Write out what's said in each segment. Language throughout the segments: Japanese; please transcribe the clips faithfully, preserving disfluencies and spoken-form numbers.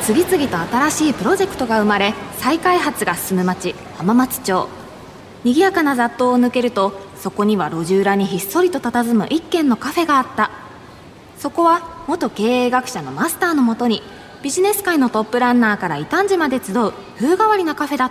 次々と新しいプロジェクトが生まれ、再開発が進む町浜松町。賑やかな雑踏を抜けると、そこには路地裏にひっそりと佇む一軒のカフェがあった。そこは元経営学者のマスターのもとに、ビジネス界のトップランナーから異端児まで集う風変わりなカフェだった。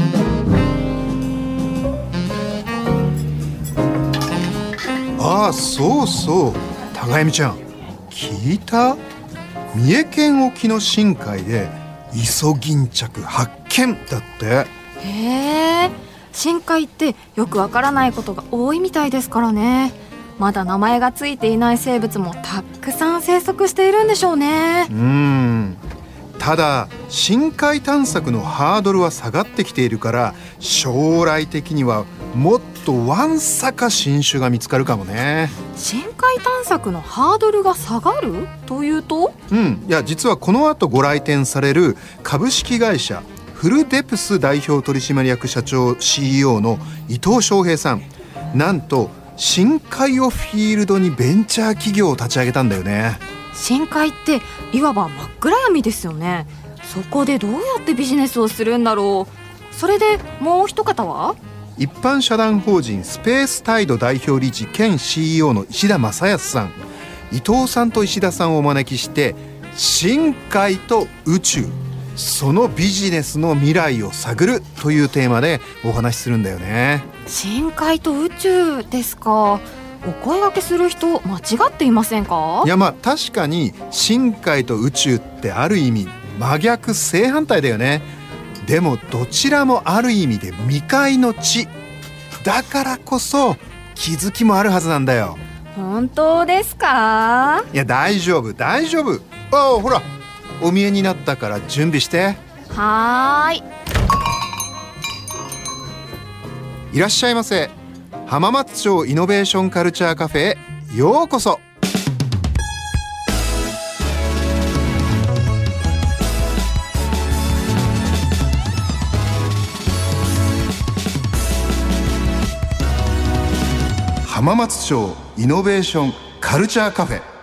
ああ、そうそう、高弓ちゃん聞いた？三重県沖の深海でイソギンチャク発見だって。 へえ、深海ってよくわからないことが多いみたいですからね。まだ名前がついていない生物もたくさん生息しているんでしょうね。 うーん、ただ深海探索のハードルは下がってきているから、将来的にはもっとわんさか新種が見つかるかもね。 深海探索のハードルが下がるというと？ うん、いや実はこの後ご来店される株式会社フルデプス代表取締役社長 シーイーオー の伊藤翔平さん、なんと深海をフィールドにベンチャー企業を立ち上げたんだよね。 深海っていわば真っ暗闇ですよね。そこでどうやってビジネスをするんだろう。それでもう一方は、 一般社団法人スペースタイド代表理事兼 シーイーオー の石田正康さん、伊藤さんと石田さんをお招きして、深海と宇宙、そのビジネスの未来を探るというテーマでお話しするんだよね。 深海と宇宙ですか。お声掛けする人間違っていませんか？ いや、まあ確かに深海と宇宙ってある意味真逆正反対だよね。でもどちらもある意味で未開の地だからこそ気づきもあるはずなんだよ。 本当ですか？ いや大丈夫大丈夫。ああ、ほらお見えになったから準備して。 はーい、 いらっしゃいませ。浜松町イノベーションカルチャーカフェへようこそ。浜松町イノベーションカルチャーカフェ。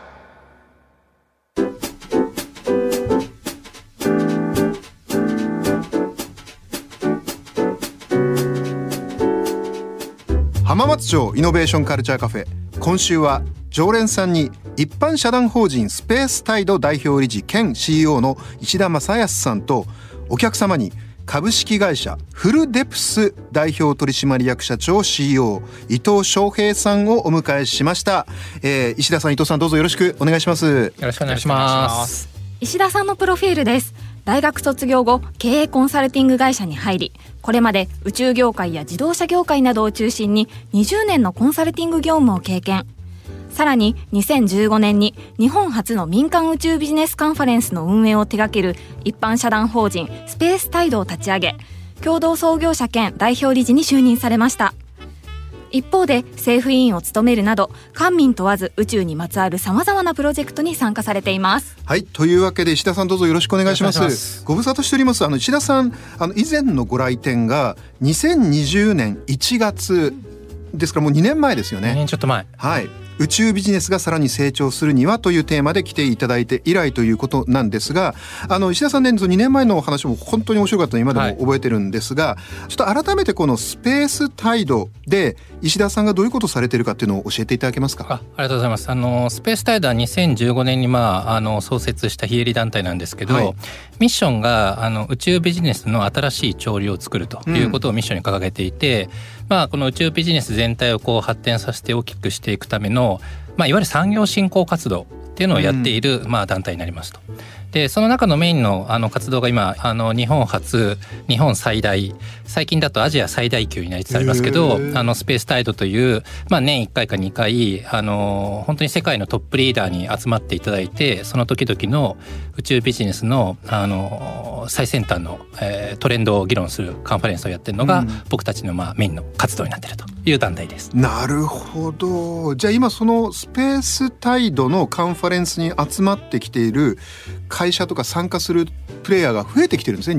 浜松町イノベーションカルチャーカフェ、今週は常連さんに一般社団法人スペースタイド代表理事兼 シーイーオー の石田正康さんと、お客様に株式会社フルデプス代表取締役社長 シーイーオー 伊藤翔平さんをお迎えしました。えー、石田さん、伊藤さん、どうぞよろしくお願いします。 よろしくお願いします。 石田さんのプロフィールです。大学卒業後、経営コンサルティング会社に入り、これまで宇宙業界や自動車業界などを中心ににじゅうねんのコンサルティング業務を経験。さらににせんじゅうごねんに日本初の民間宇宙ビジネスカンファレンスの運営を手掛ける一般社団法人スペースタイドを立ち上げ、共同創業者兼代表理事に就任されました。一方で政府委員を務めるなど、官民問わず宇宙にまつわるさまざまなプロジェクトに参加されています。 はい、というわけで石田さん、どうぞよろしくお願いします。 ます。 ご無沙汰しております。あの石田さん、あの以前のご来店がにせんにじゅうねんいちがつですから、もうにねんまえですよね。 にねんちょっと前。 はい、宇宙ビジネスがさらに成長するにはというテーマで来ていただいて以来ということなんですが、あの石田さんね、にねんまえのお話も本当に面白かったので今でも覚えてるんですが、はい、ちょっと改めてこのスペースタイドで石田さんがどういうことをされているかっていうのを教えていただけますか？ あ、ありがとうございます。あのスペースタイドはにせんじゅうごねんに、まあ、あの創設した非営利団体なんですけど、はい、ミッションがあの宇宙ビジネスの新しい潮流を作るということをミッションに掲げていて、うん、まあ、この宇宙ビジネス全体をこう発展させて大きくしていくための、まあ、いわゆる産業振興活動っていうのをやっている、うん、まあ、団体になりますと。でその中のメインのあの活動が今あの日本初、日本最大、最近だとアジア最大級になりつつありますけど、あのスペースタイドという、まあ、年いっかいかにかいあの本当に世界のトップリーダーに集まっていただいて、その時々の宇宙ビジネスのあの最先端の、えー、トレンドを議論するカンファレンスをやっているのが、うん、僕たちの、まあ、メインの活動になっているという団体です。 なるほど。じゃあ今そのスペースタイドのカンファレンスに集まってきている会社とか参加するプレイヤーが増えてきてるんですね。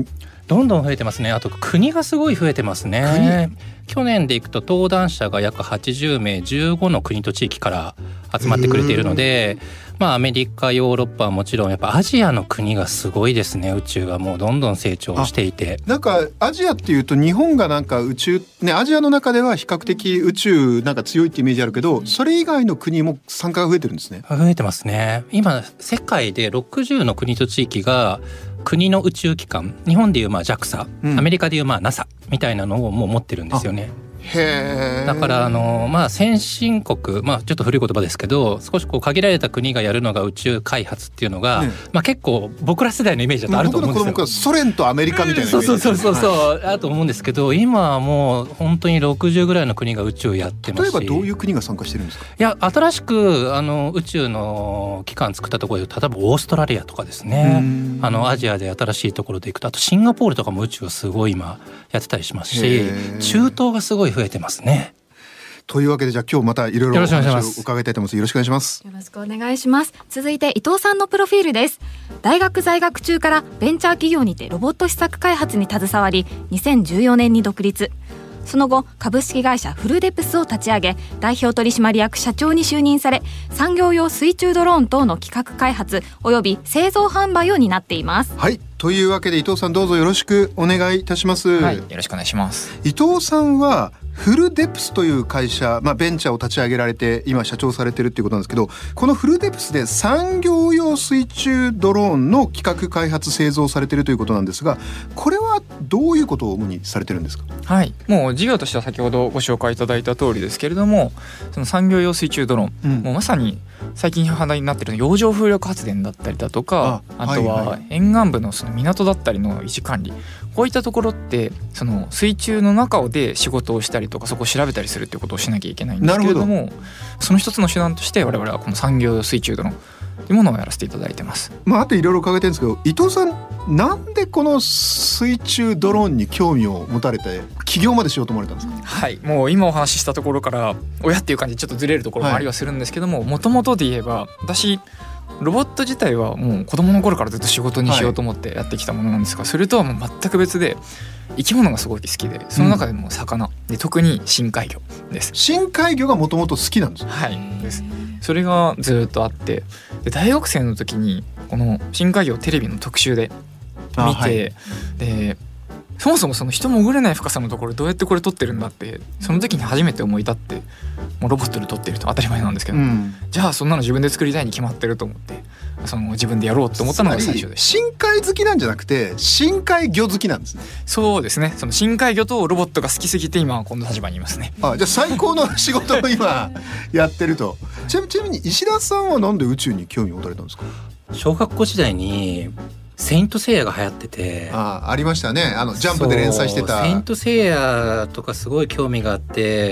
どんどん増えてますね。あと国がすごい増えてますね。去年でいくと登壇者が約はちじゅうめい、じゅうごの国と地域から集まってくれているので、まあアメリカ、ヨーロッパはもちろんやっぱアジアの国がすごいですね。宇宙がもうどんどん成長していて、 なんかアジアっていうと日本がなんか宇宙ね、アジアの中では比較的宇宙なんか強いってイメージあるけど、それ以外の国も参加が増えてるんですね。 増えてますね。今世界でろくじゅうの国と地域が国の宇宙機関、日本でいうまあ ジャクサ、うん、アメリカでいうまあ ナサ みたいなのをもう持ってるんですよね。 へー。 だからあの、まあ、先進国、まあ、ちょっと古い言葉ですけど、少しこう限られた国がやるのが宇宙開発っていうのが、ね、まあ、結構僕ら世代のイメージだとあると思うんですよ。 僕の子供はソ連とアメリカみたいなイメージ、 そうそうそうそう、あると思うんですけど、今はもう本当にろくじゅうぐらいの国が宇宙やってますし。 例えばどういう国が参加してるんですか？ いや、新しくあの宇宙の機関作ったところで、例えばオーストラリアとかですね、あのアジアで新しいところでいくと、あとシンガポールとかも宇宙をすごい今やってたりしますし、中東がすごい増えてますね。 というわけで、じゃあ今日またいろいろお話を伺いたいと思います。よろしくお願いします。 よろしくお願いします。続いて伊藤さんのプロフィールです。大学在学中からベンチャー企業にてロボット試作開発に携わり、にせんじゅうよねんに独立。その後株式会社フルデプスを立ち上げ、代表取締役社長に就任され、産業用水中ドローン等の企画開発および製造販売を担っています。 はい、というわけで伊藤さん、どうぞよろしくお願いいたします。 はい、よろしくお願いします。 伊藤さんはフルデプスという会社、まあ、ベンチャーを立ち上げられて今社長されてるっていうことなんですけど、このフルデプスで産業用水中ドローンの企画開発製造されてるということなんですが、これはどういうことを主にされてるんですか？ はい、もう事業としては先ほどご紹介いただいた通りですけれども、その産業用水中ドローン、うん、もうまさに最近話題になっている洋上風力発電だったりだとか、 あ, あとは沿岸部のその港だったりの維持管理、こういったところってその水中の中で仕事をしたりとか、そこを調べたりするっていうことをしなきゃいけないんですけれども、その一つの手段として我々はこの産業用水中ドローンというものをやらせていただいてます。 まあ、あといろいろ伺いたいんですけど、伊藤さんなんでこの水中ドローンに興味を持たれて起業までしようと思われたんですか？ はい、もう今お話ししたところから親っていう感じでちょっとずれるところもありはするんですけども、もともとで言えば私ロボット自体はもう子供の頃からずっと仕事にしようと思ってやってきたものなんですが、それとはもう全く別で生き物がすごい好きで、その中でも魚、うん、で特に深海魚です。 深海魚がもともと好きなんですか？ はいです。それがずっとあって、で大学生の時にこの深海魚をテレビの特集で見て、はい、でそもそもその人潜れない深さのところどうやってこれ撮ってるんだって、その時に初めて思い立って、もうロボットで撮ってると当たり前なんですけど、うん、じゃあそんなの自分で作りたいに決まってると思って、その自分でやろうと思ったのが最初です。 深海好きなんじゃなくて深海魚好きなんですね。 そうですね、その深海魚とロボットが好きすぎて今はこの立場にいますね。 あ、じゃあ最高の仕事を今やってると。ちなみに石田さんはなんで宇宙に興味を持たれたんですか？ 小学校時代にセイントセイヤが流行ってて、 ああ、ありましたね。あのジャンプで連載してたセイントセイヤとかすごい興味があって、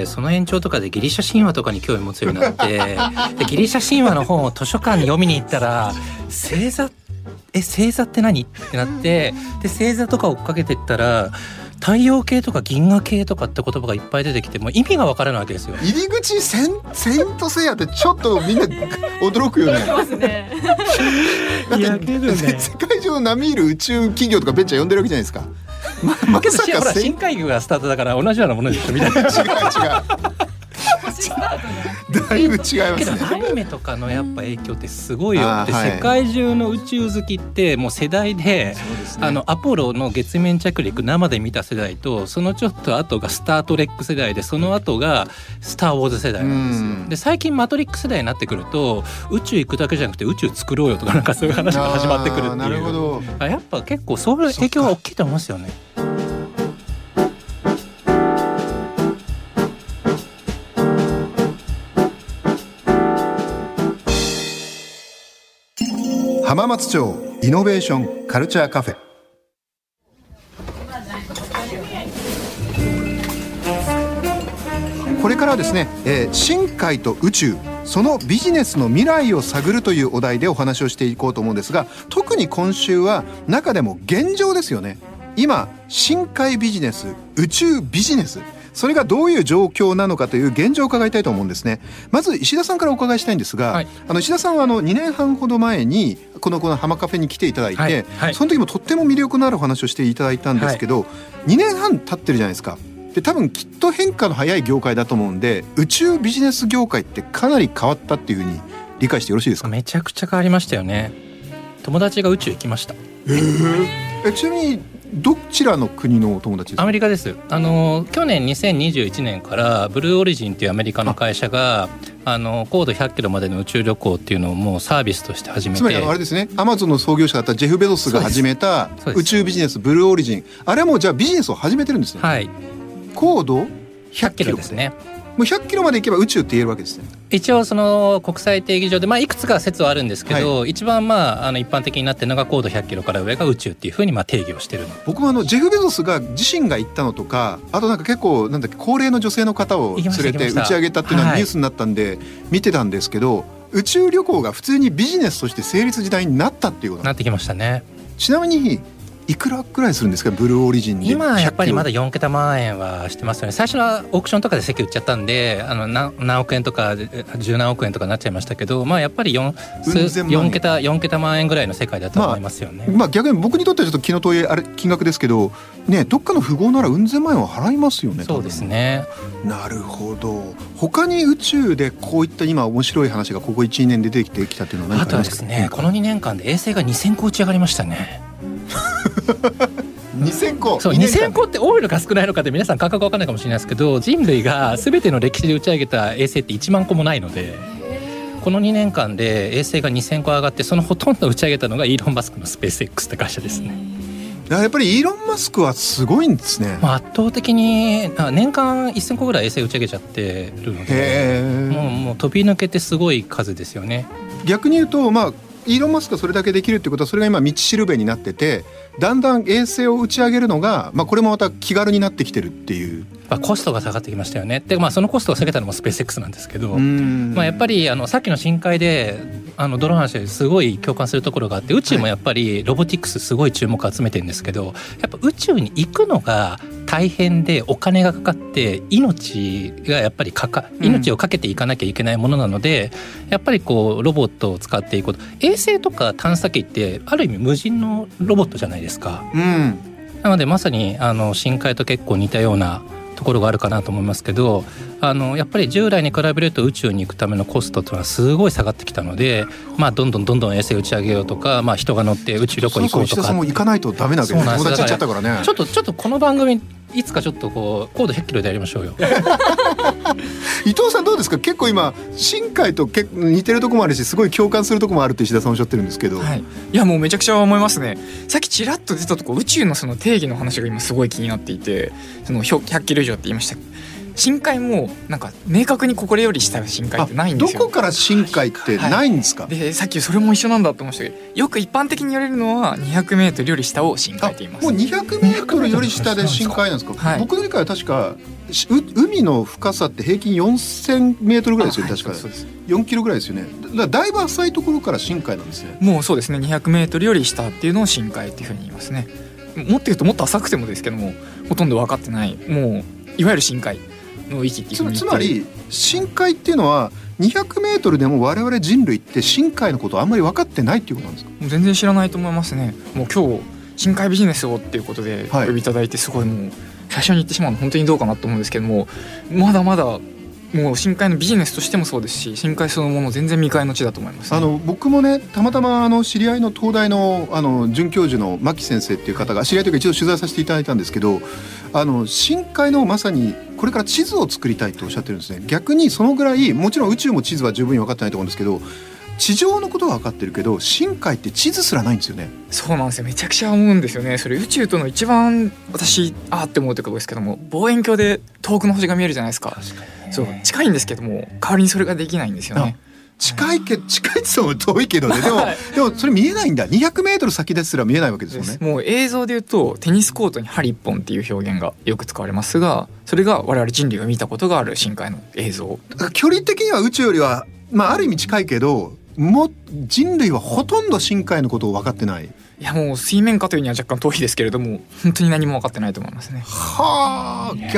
その延長とかでギリシャ神話とかに興味持つようになってでギリシャ神話の本を図書館に読みに行ったら、星座え星座って何ってなって、で星座とか追っかけてったら太陽系とか銀河系とかって言葉がいっぱい出てきて、もう意味が分からないわけですよ。 入り口セン、セイントセイヤってちょっとみんな驚くよね。だって、ね、世界中の並みいる宇宙企業とかベンチャー呼んでるわけじゃないですか。 ままさか深海魚がスタートだから同じようなものでしょみたいな。違う違うだいぶ違いますね。けどアニメとかのやっぱ影響ってすごいよって、はい、世界中の宇宙好きってもう世代で、ね、あのアポロの月面着陸生で見た世代と、そのちょっと後がスタートレック世代で、その後がスターウォーズ世代なんですよ。で最近マトリックス世代になってくると、宇宙行くだけじゃなくて宇宙作ろうよとか、なんかそういう話が始まってくるっていう。なるほど。やっぱ結構そういう影響が大きいと思いますよね。 浜松町イノベーションカルチャーカフェ。これからはですね、えー、深海と宇宙、そのビジネスの未来を探るというお題でお話をしていこうと思うんですが、特に今週は中でも現状ですよね。今深海ビジネス、宇宙ビジネス、 それがどういう状況なのかという現状を伺いたいと思うんですね。まず石田さんからお伺いしたいんですが、はい、あの石田さんはあのにねんはんほど前にこのこの浜カフェに来ていただいて、はいはい、その時もとっても魅力のあるお話をしていただいたんですけど、はい、にねんはん経ってるじゃないですか。で多分きっと変化の早い業界だと思うんで、宇宙ビジネス業界ってかなり変わったっていうふうに理解してよろしいですか？ めちゃくちゃ変わりましたよね。友達が宇宙行きました。 えー、えちなみにどちらの国のお友達ですか？ アメリカです。あの去年にせんにじゅういちねんからブルーオリジンというアメリカの会社があの高度ひゃっキロまでの宇宙旅行っていうのをもうサービスとして始めて、 つまりあれですね、アマゾンの創業者だったジェフ・ベゾスが始めた宇宙ビジネスブルーオリジン、あれはもうじゃあビジネスを始めてるんですね。 はい、 高度ひゃっキロですね。 もうひゃっキロまで行けば宇宙って言えるわけですね。 一応その国際定義上で、まあ、いくつか説はあるんですけど、はい、一番まああの一般的になっているのが高度ひゃっキロから上が宇宙っていうふうにまあ定義をしてるの。 僕もあのジェフ・ベゾスが自身が行ったのとか、あとなんか結構なんだっけ高齢の女性の方を連れて打ち上げたっていうのはニュースになったんで見てたんですけど、はい、宇宙旅行が普通にビジネスとして成立時代になったっていうことなってきましたね。 ちなみにいくらくらいするんですか、ブルーオリジンで。 今やっぱりまだよんけた万円はしてますよね。最初はオークションとかで席売っちゃったんで、あの 何, 何億円とかじゅう何億円とかなっちゃいましたけど、まあやっぱり 4, 4, 桁4桁万円ぐらいの世界だと思いますよね。 まあ、まあ、逆に僕にとってはちょっと気の遠いあれ金額ですけどね、どっかの富豪ならうん千万円は払いますよね。 そうですね。 なるほど。他に宇宙でこういった今面白い話がここ いち,に 年で出てきたっていうのは何かありますか？ あとですね、このにねんかんで衛星がにせんこ打ち上がりましたね。 にせんこ。 そう、にせんこって多いのか少ないのかって皆さん感覚分かんないかもしれないですけど、人類が全ての歴史で打ち上げた衛星っていちまんこもないので、このにねんかんで衛星がにせんこ上がって、そのほとんど打ち上げたのがイーロン・マスクのスペース X って会社ですね。 やっぱりイーロン・マスクはすごいんですね。 まあ、圧倒的に年間いっせんこぐらい衛星打ち上げちゃってるので、もう、もう飛び抜けてすごい数ですよね。 逆に言うと、まあイーロン・マスクがそれだけできるってことは、それが今道しるべになってて、だんだん衛星を打ち上げるのが、まあ、これもまた気軽になってきてるっていう、 まあ、コストが下がってきましたよね。で、まあ、そのコストを下げたのもスペース X なんですけど、まあ、やっぱりあのさっきの深海であのドローン話ですごい共感するところがあって、宇宙もやっぱりロボティクスすごい注目を集めてるんですけど、やっぱ宇宙に行くのが大変でお金がかかって、命がやっぱりかか命をかけていかなきゃいけないものなので、うん、やっぱりこうロボットを使っていくこと、衛星とか探査機ってある意味無人のロボットじゃないですか、うん、なのでまさにあの深海と結構似たようなところがあるかなと思いますけど、あのやっぱり従来に比べると宇宙に行くためのコストというのはすごい下がってきたので、まあ、どんどんどんどん衛星打ち上げようとか、まあ、人が乗って宇宙旅行行こうとか。そうそう、石田さんも行かないとダメなわけです。友達行っちゃったからね。ちょっとちょっとこの番組いつかちょっとこう高度ひゃっキロでやりましょうよ。 伊藤さんどうですか？結構今深海と結構似てるとこもあるし、すごい共感するとこもあるって石田さんおっしゃってるんですけど、 はい、いやもうめちゃくちゃ思いますね。さっきちらっと出たとこ宇宙のその定義の話が今すごい気になっていて、そのひゃっキロ以上って言いました。深海もなんか明確にここより下深海ってないんですよ。 どこから深海ってないんですか？ はい、でさっきそれも一緒なんだと思いましたけど、よく一般的に言われるのはにひゃくメートルより下を深海と言います。 もうにひゃくメートルより下で深海なんですか？はい、僕の理解は確か海の深さって平均よんせんメートルぐらいですよね。確か、はい、そうです。よんキロぐらいですよね。だからだいぶ浅いところから深海なんですね。 もうそうですね、にひゃくメートルより下っていうのを深海っていうふうに言いますね。もっと言うともっと浅くてもですけども、ほとんど分かってない、もういわゆる深海の域っていうふうに言って、 つ, つまり深海っていうのはにひゃくメートルでも我々人類って深海のことをあんまり分かってないっていうことなんですか？ もう全然知らないと思いますね。もう今日深海ビジネスをっていうことでお呼びいただいて、すごいもう最初に言ってしまうの本当にどうかなと思うんですけども、まだまだもう深海のビジネスとしてもそうですし、深海そのもの全然未開の地だと思います、ね、 あの僕もね、たまたまあの知り合いの東大 の, あの准教授の牧先生っていう方が知り合いというか一度取材させていただいたんですけど、あの深海のまさにこれから地図を作りたいとおっしゃってるんですね。逆にそのぐらい、もちろん宇宙も地図は十分に分かってないと思うんですけど、地上のことは分かってるけど深海って地図すらないんですよね。 そうなんですよ。めちゃくちゃ思うんですよね。それ宇宙との一番私あーって思うところですけども、望遠鏡で遠くの星が見えるじゃないですか。確かにね。そう、近いんですけども代わりにそれができないんですよね。 近いけ近いって言っても遠いけどね。でも、はい、でもそれ見えないんだ。にひゃくメートル先ですら見えないわけですよね。 もう映像で言うとテニスコートに針一本っていう表現がよく使われますが、それが我々人類が見たことがある深海の映像。 距離的には宇宙よりは、まあ、ある意味近いけど、も人類はほとんど深海のことを分かってない。いやもう水面下というには若干遠いですけれども、本当に何も分かってないと思いますね。 はあ、逆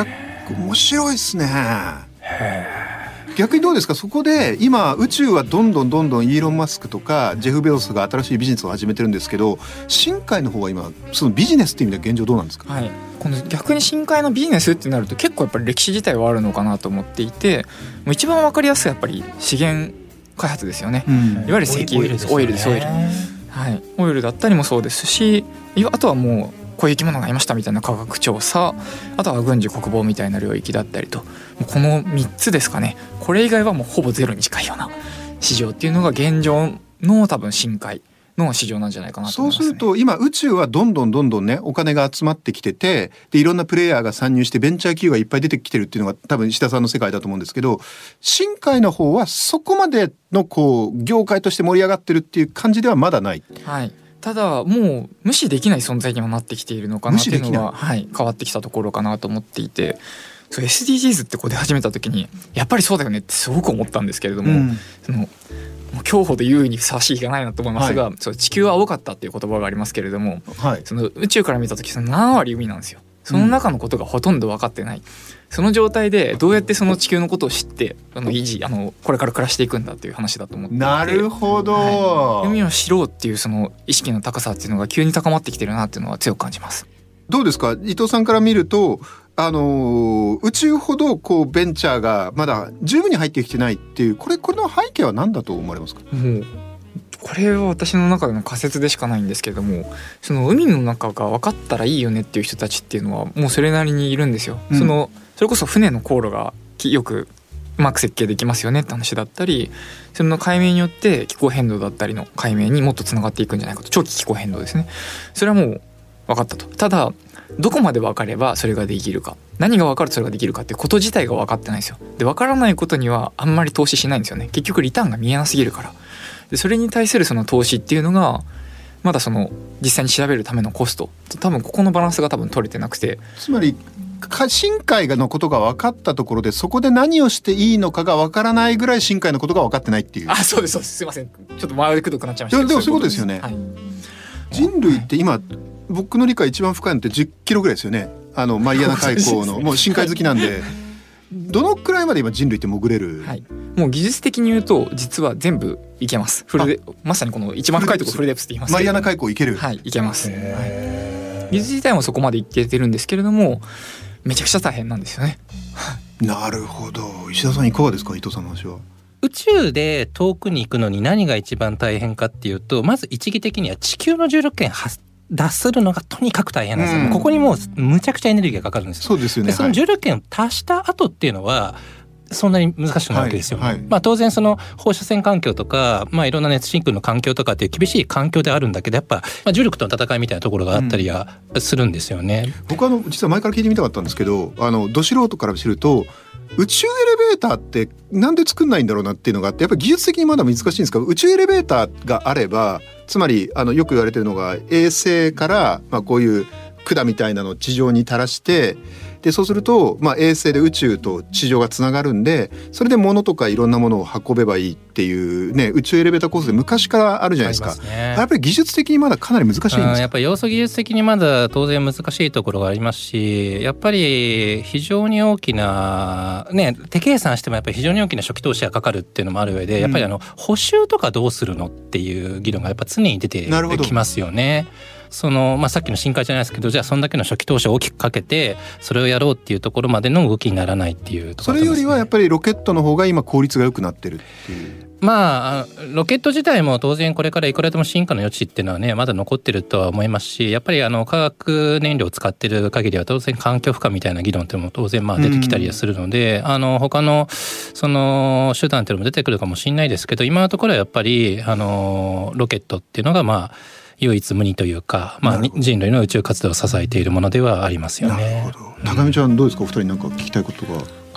面白いですね。 へ逆にどうですか、そこで今宇宙はどんどんどんどんイーロン・マスクとかジェフ・ベゾスが新しいビジネスを始めてるんですけど、深海の方は今そのビジネスっていう意味では現状どうなんですか？ はい、この逆に深海のビジネスってなると結構やっぱり歴史自体はあるのかなと思っていて、もう一番わかりやすいやっぱり資源開発ですよね、うん、いわゆる石油、オイルですね、オイルです、オイル、はい、オイルだったりもそうですし、あとはもうこういう生き物がいましたみたいな科学調査、あとは軍事国防みたいな領域だったりと、このみっつですかね。これ以外はもうほぼゼロに近いような市場っていうのが現状の多分深海の市場なんじゃないかなと思いますね。 そうすると今宇宙はどんどんどんどんねお金が集まってきてて、でいろんなプレイヤーが参入してベンチャー企業がいっぱい出てきてるっていうのが多分石田さんの世界だと思うんですけど、深海の方はそこまでのこう業界として盛り上がってるっていう感じではまだない。 はい、ただもう無視できない存在にはなってきているのかなっていうのは、はい、変わってきたところかなと思っていて、そう エスディージーズ ってこう出始めた時にやっぱりそうだよねってすごく思ったんですけれども、うん、そのもう今日ほど優位にふさわしい日がないなと思いますが、はい、そう地球は青かったっていう言葉がありますけれども、はい、その宇宙から見た時そのななわり海なんですよ。その中のことがほとんど分かってない、うん、その状態でどうやってその地球のことを知ってあの維持あのこれから暮らしていくんだっていう話だと思っていて、 なるほど、 はい、海を知ろうっていうその意識の高さっていうのが急に高まってきてるなっていうのは強く感じます。 どうですか、伊藤さんから見るとあのー、宇宙ほどこうベンチャーがまだ十分に入ってきてないっていう、これこれの背景は何だと思われますか？ もうこれは私の中での仮説でしかないんですけれども、その海の中が分かったらいいよねっていう人たちっていうのはもうそれなりにいるんですよ、うん、そのそれこそ船の航路がよくうまく設計できますよねって話だったり、その解明によって気候変動だったりの解明にもっとつながっていくんじゃないかと、長期気候変動ですね、それはもう分かったと。ただどこまで分かればそれができるか、何が分かるとそれができるかっていうこと自体が分かってないんですよ。で分からないことにはあんまり投資しないんですよね。結局リターンが見えなすぎるから。でそれに対するその投資っていうのがまだその実際に調べるためのコスト、多分ここのバランスが多分取れてなくて、 つまり深海のことが分かったところでそこで何をしていいのかが分からないぐらい深海のことが分かってないっていう。 あ、そうですそうです、すいません、ちょっと回りくどくなっちゃいましたけど、 でもそういうことですよね、はい、人類って今、はい、僕の理解一番深いのってじゅっキロぐらいですよね。あのマリアナ海溝のもう深海好きなんでどのくらいまで今人類って潜れる？はい、 もう技術的に言うと実は全部いけます。フルデまさにこの一番深いところフルデプスって言いますけど、 マリアナ海溝いける？ はい、いけます、はい、技術自体もそこまでいけてるんですけれどもめちゃくちゃ大変なんですよねなるほど。石田さんいかがですか、伊藤さんの話は。 宇宙で遠くに行くのに何が一番大変かっていうと、まず一義的には地球の重力圏発脱するのがとにかく大変なんですよ、うん、ここにもうむちゃくちゃエネルギーがかかるんですよ。 そうですよね。 でその重力圏を達した後っていうのはそんなに難しくないわけですよ、はいはい、まあ、当然その放射線環境とか、まあ、いろんな熱真空の環境とかっていう厳しい環境であるんだけど、やっぱ、まあ、重力との戦いみたいなところがあったりはするんですよね、 うん、僕はあの実は前から聞いてみたかったんですけど、あのど素人から知ると宇宙エレベーターってなんで作んないんだろうなっていうのがあって、やっぱり技術的にまだ難しいんですけど、宇宙エレベーターがあれば、つまりあのよく言われてるのが衛星から、まあ、こういう管みたいなのを地上に垂らして、でそうすると、まあ、衛星で宇宙と地上がつながるんで、それで物とかいろんなものを運べばいいっていうね、宇宙エレベーター構想で昔からあるじゃないですか。ね、やっぱり技術的にまだかなり難しいんですか？ やっぱり要素技術的にまだ当然難しいところがありますし、やっぱり非常に大きなね、手計算してもやっぱり非常に大きな初期投資がかかるっていうのもある上で、やっぱりあの補修とかどうするのっていう議論がやっぱ常に出てきますよね。そのまあ、さっきの深海じゃないですけど、じゃあそんだけの初期投資を大きくかけてそれをやろうっていうところまでの動きにならないっていうところ、ね、 それよりはやっぱりロケットの方が今効率が良くなってるっていう。 まあロケット自体も当然これからいくらでも進化の余地っていうのはねまだ残ってるとは思いますし、やっぱりあの化学燃料を使ってる限りは当然環境負荷みたいな議論っていうのも当然まあ出てきたりはするので、うん、あの他のその手段っていうのも出てくるかもしれないですけど、今のところはやっぱりあのロケットっていうのがまあ唯一無二というか、まあ、人類の宇宙活動を支えているものではありますよね。 なるほど。高見ちゃんどうですか、お二人なんか聞きたいことが。 あ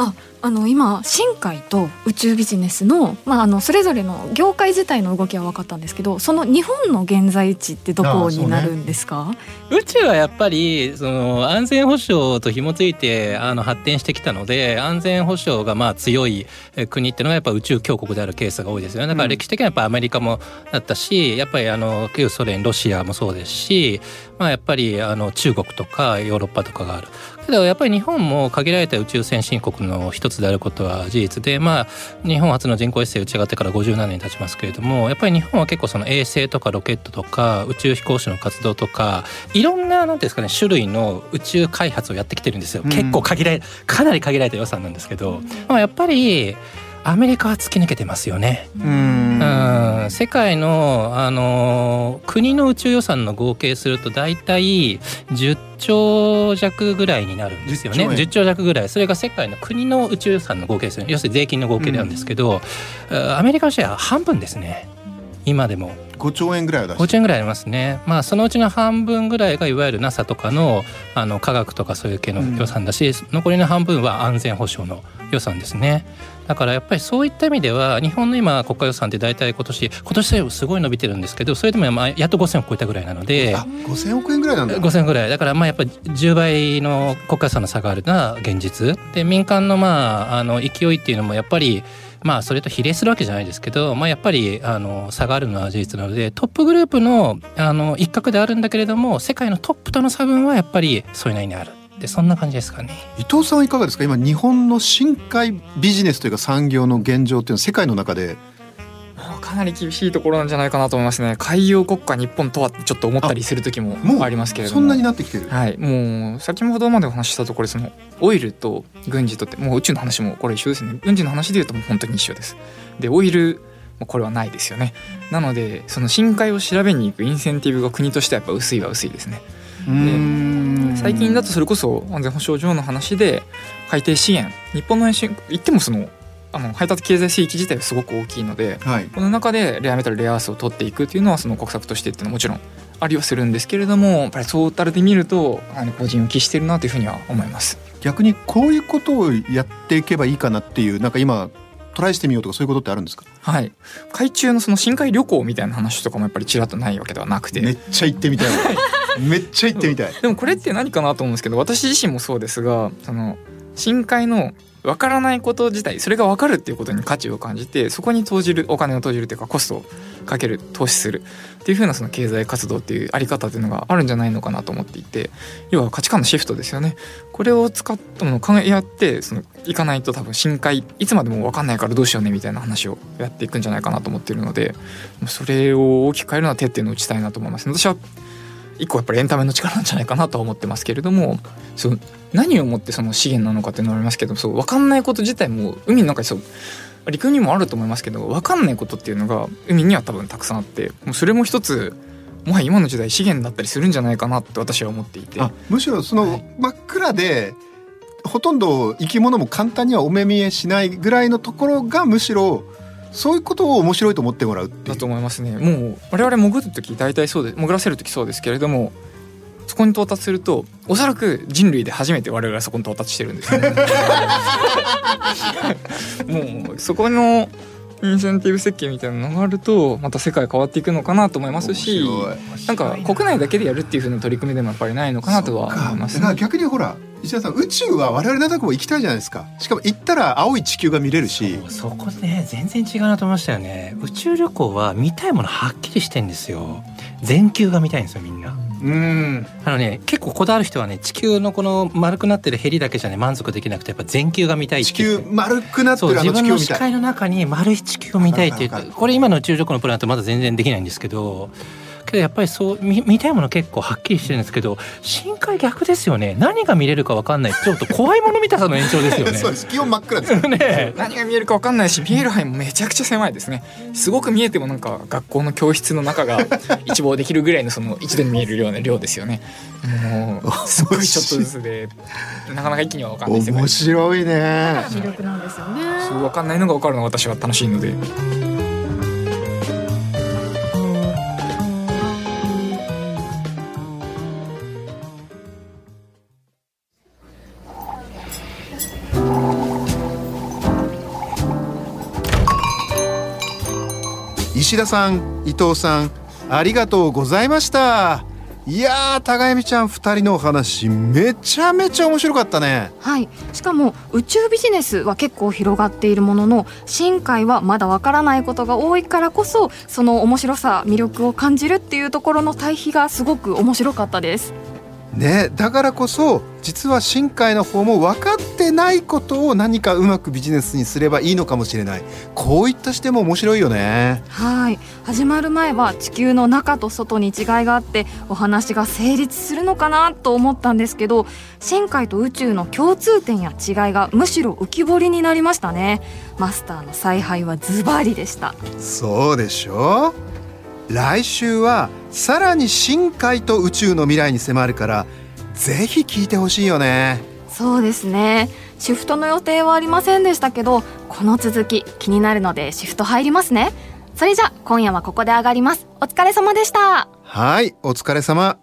あの今深海と宇宙ビジネスの、まあ、あのそれぞれの業界自体の動きは分かったんですけど、その日本の現在地ってどこになるんですか？ ね、宇宙はやっぱりその安全保障と紐づいてあの発展してきたので、安全保障がまあ強い国っていうのはやっぱ宇宙強国であるケースが多いですよね。だから歴史的にはやっぱアメリカもだったし、やっぱりあの旧ソ連ロシアもそうですし、まあ、やっぱりあの中国とかヨーロッパとかがある。けどやっぱり日本も限られた宇宙先進国の一つであることは事実で、まあ、日本初の人工衛星打ち上がってからごじゅうななねん経ちますけれども、やっぱり日本は結構その衛星とかロケットとか宇宙飛行士の活動とかいろんななんていうんですかね、種類の宇宙開発をやってきてるんですよ。結構限られかなり限られた予算なんですけど、まあ、やっぱりアメリカは突き抜けてますよね。うんうん、世界の、あの国の宇宙予算の合計するとだいたいじゅっちょう弱ぐらいになるんですよね。じゅっちょう弱ぐらい。それが世界の国の宇宙予算の合計ですよね。要するに税金の合計なんですけど、うん、アメリカのシェアは半分ですね。今でもごちょうえんぐらいは出してごちょうえんぐらいありますね。まあそのうちの半分ぐらいがいわゆる ナサ とか の, あの科学とかそういう系の予算だし、うん、残りの半分は安全保障の予算ですね。だからやっぱりそういった意味では日本の今国家予算って大体今年今年すごい伸びてるんですけど、それでもまあやっとごせんおく超えたぐらいなので、 あごせんおくえんぐらいなんだ。 ごせんおくぐらいだから、まあやっぱりじゅうばいの国家予算の差があるのは現実で、民間のまああの勢いっていうのもやっぱりまあそれと比例するわけじゃないですけど、まあ、やっぱりあの差があるのは事実なので、トップグループのあの一角であるんだけれども、世界のトップとの差分はやっぱりそれなりにあるで、そんな感じですかね。 伊藤さんはいかがですか？今日本の深海ビジネスというか産業の現状っていうのは世界の中でかなり厳しいところなんじゃないかなと思いますね。海洋国家日本とはちょっと思ったりする時もありますけれども、 そんなになってきてる。 はい、もう先ほどまでお話ししたところ、そのオイルと軍事とってもう宇宙の話もこれ一緒ですね。軍事の話でいうともう本当に一緒です。でオイルこれはないですよね。なのでその深海を調べに行くインセンティブが国としてはやっぱ薄いは薄いですね。 うーん、 最近だとそれこそ安全保障上の話で海底資源、日本の言ってもそのあの排他的経済水域自体はすごく大きいので、はい、この中でレアメタルレアアースを取っていくっていうのはその国策としてっていうのはもちろんありはするんですけれども、やっぱりトータルで見るとあの個人を期してるなというふうには思います。 逆にこういうことをやっていけばいいかなっていう、なんか今トライしてみようとかそういうことってあるんですか？ はい、海中のその深海旅行みたいな話とかもやっぱりちらっとないわけではなくて、 めっちゃ行ってみたいめっちゃ行ってみたい。 でもこれって何かなと思うんですけど、私自身もそうですが、その深海の分からないこと自体、それが分かるっていうことに価値を感じて、そこに投じるお金を投じるというかコストをかける、投資するっていう風なその経済活動っていうあり方っていうのがあるんじゃないのかなと思っていて、要は価値観のシフトですよね。これを使ったものを考えやってそのいかないと多分深海いつまでも分かんないからどうしようねみたいな話をやっていくんじゃないかなと思っているので、それを大きく変えるのは手っていうのを打ちたいなと思います。私は一個やっぱりエンタメの力なんじゃないかなとは思ってますけれども、その何をもってその資源なのかっていうのはありますけど、そう分かんないこと自体も海の中にそう陸にもあると思いますけど、分かんないことっていうのが海には多分たくさんあって、もうそれも一つもはや今の時代資源だったりするんじゃないかなって私は思っていて、 あむしろその真っ暗でほとんど生き物も簡単にはお目見えしないぐらいのところがむしろそういうことを面白いと思ってもらうっていうだと思いますね。もう我々潜る時大体そうで潜らせる時そうですけれども、そこに到達するとおそらく人類で初めて我々はそこに到達してるんですよねもうそこのインセンティブ設計みたいなのがあるとまた世界変わっていくのかなと思いますし、なんか国内だけでやるっていう風な取り組みでもやっぱりないのかなとは思います、ね、 だから逆にほら石田さん、宇宙は我々なんとかも行きたいじゃないですか。しかも行ったら青い地球が見れるし、 そ, そこね全然違うなと思いましたよね。宇宙旅行は見たいものはっきりしてんですよ。全球が見たいんですよみんな。うんあのね結構こだわる人はね、地球のこの丸くなってるヘリだけじゃね満足できなくて、やっぱ全球が見たいって、 地球丸くなってるあの地球を見たい、 自分の視界の中に丸い地球を見たいって言って、これ今の宇宙旅行のプランとまだ全然できないんですけど、けどやっぱりそう 見, 見たいもの結構はっきりしてるんですけど、深海逆ですよね。何が見れるか分かんない、ちょっと怖いもの見たさの延長ですよねそうです、基本真っ暗ですね何が見えるか分かんないし、見える範囲もめちゃくちゃ狭いですね。すごく見えてもなんか学校の教室の中が一望できるぐらいのその一度に見える量の量ですよね。もうすごいちょっとずつでなかなか一気には分かんない世界。 面白いね。 魅力なんですよね。 そう分かんないのが分かるのが私は楽しいので。 石田さん、伊藤さん、ありがとうございました。いやー、高弓ちゃんふたりのお話めちゃめちゃ面白かったね。 はい、しかも宇宙ビジネスは結構広がっているものの、深海はまだわからないことが多いからこそ、その面白さ、魅力を感じるっていうところの対比がすごく面白かったですね。だからこそ実は深海の方も分かってないことを何かうまくビジネスにすればいいのかもしれない。こういった視点も面白いよね。 はい、始まる前は地球の中と外に違いがあってお話が成立するのかなと思ったんですけど、深海と宇宙の共通点や違いがむしろ浮き彫りになりましたね。マスターの采配はズバリでした。 そうでしょ。来週はさらに深海と宇宙の未来に迫るから、ぜひ聞いてほしいよね。 そうですね。シフトの予定はありませんでしたけど、この続き気になるのでシフト入りますね。それじゃ今夜はここで上がります。お疲れ様でした。 はい、お疲れ様。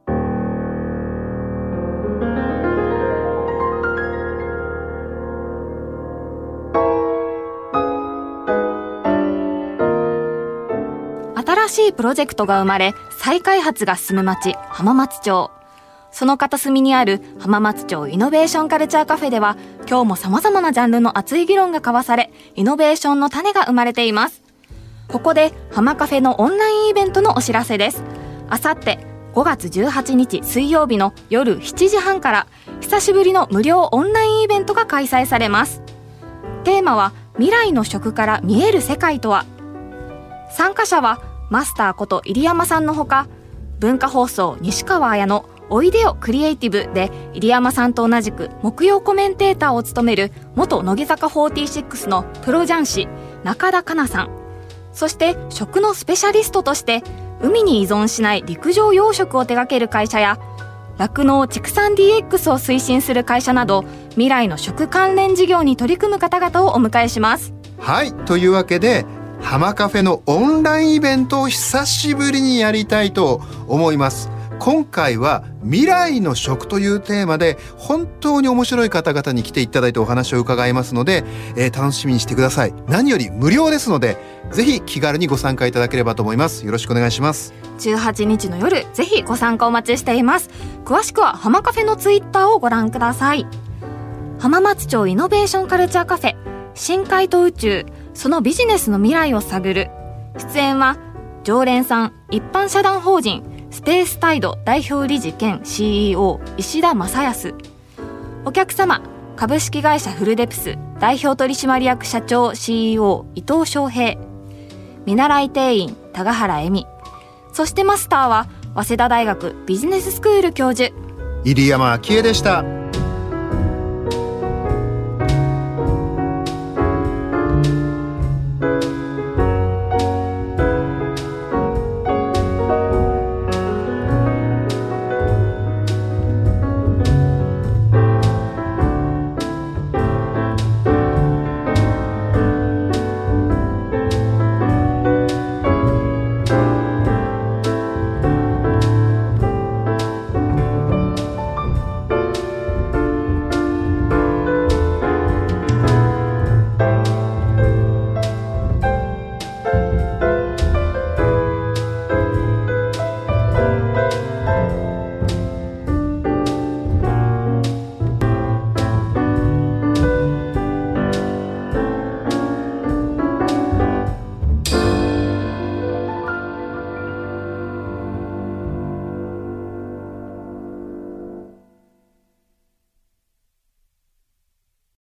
新しいプロジェクトが生まれ、再開発が進む町、浜松町。その片隅にある浜松町イノベーションカルチャーカフェでは、今日も様々なジャンルの熱い議論が交わされ、イノベーションの種が生まれています。ここで浜カフェのオンラインイベントのお知らせです。あさってごがつじゅうはちにち水曜日の夜しちじはんから、久しぶりの無料オンラインイベントが開催されます。テーマは未来の食から見える世界とは。参加者はマスターこと入山さんのほか、文化放送西川綾のおいでよクリエイティブで入山さんと同じく木曜コメンテーターを務める元乃木坂フォーティーシックスのプロ雀士中田香奈さん、そして食のスペシャリストとして海に依存しない陸上養殖を手掛ける会社や酪農畜産 ディーエックス を推進する会社など、未来の食関連事業に取り組む方々をお迎えします。 はい、というわけで浜カフェのオンラインイベントを久しぶりにやりたいと思います。今回は未来の食というテーマで本当に面白い方々に来ていただいてお話を伺いますので、えー、楽しみにしてください。何より無料ですので、ぜひ気軽にご参加いただければと思います。よろしくお願いします。 じゅうはちにちの夜、ぜひご参加お待ちしています。詳しくは浜カフェのツイッターをご覧ください。浜松町イノベーションカルチャーカフェ、深海と宇宙、そのビジネスの未来を探る。出演は常連さん、一般社団法人スペースタイド代表理事兼 シーイーオー 石田正康。お客様、株式会社フルデプス代表取締役社長 シーイーオー 伊藤翔平。見習い店員田ヶ原恵美。そしてマスターは早稲田大学ビジネススクール教授入山昭恵でした。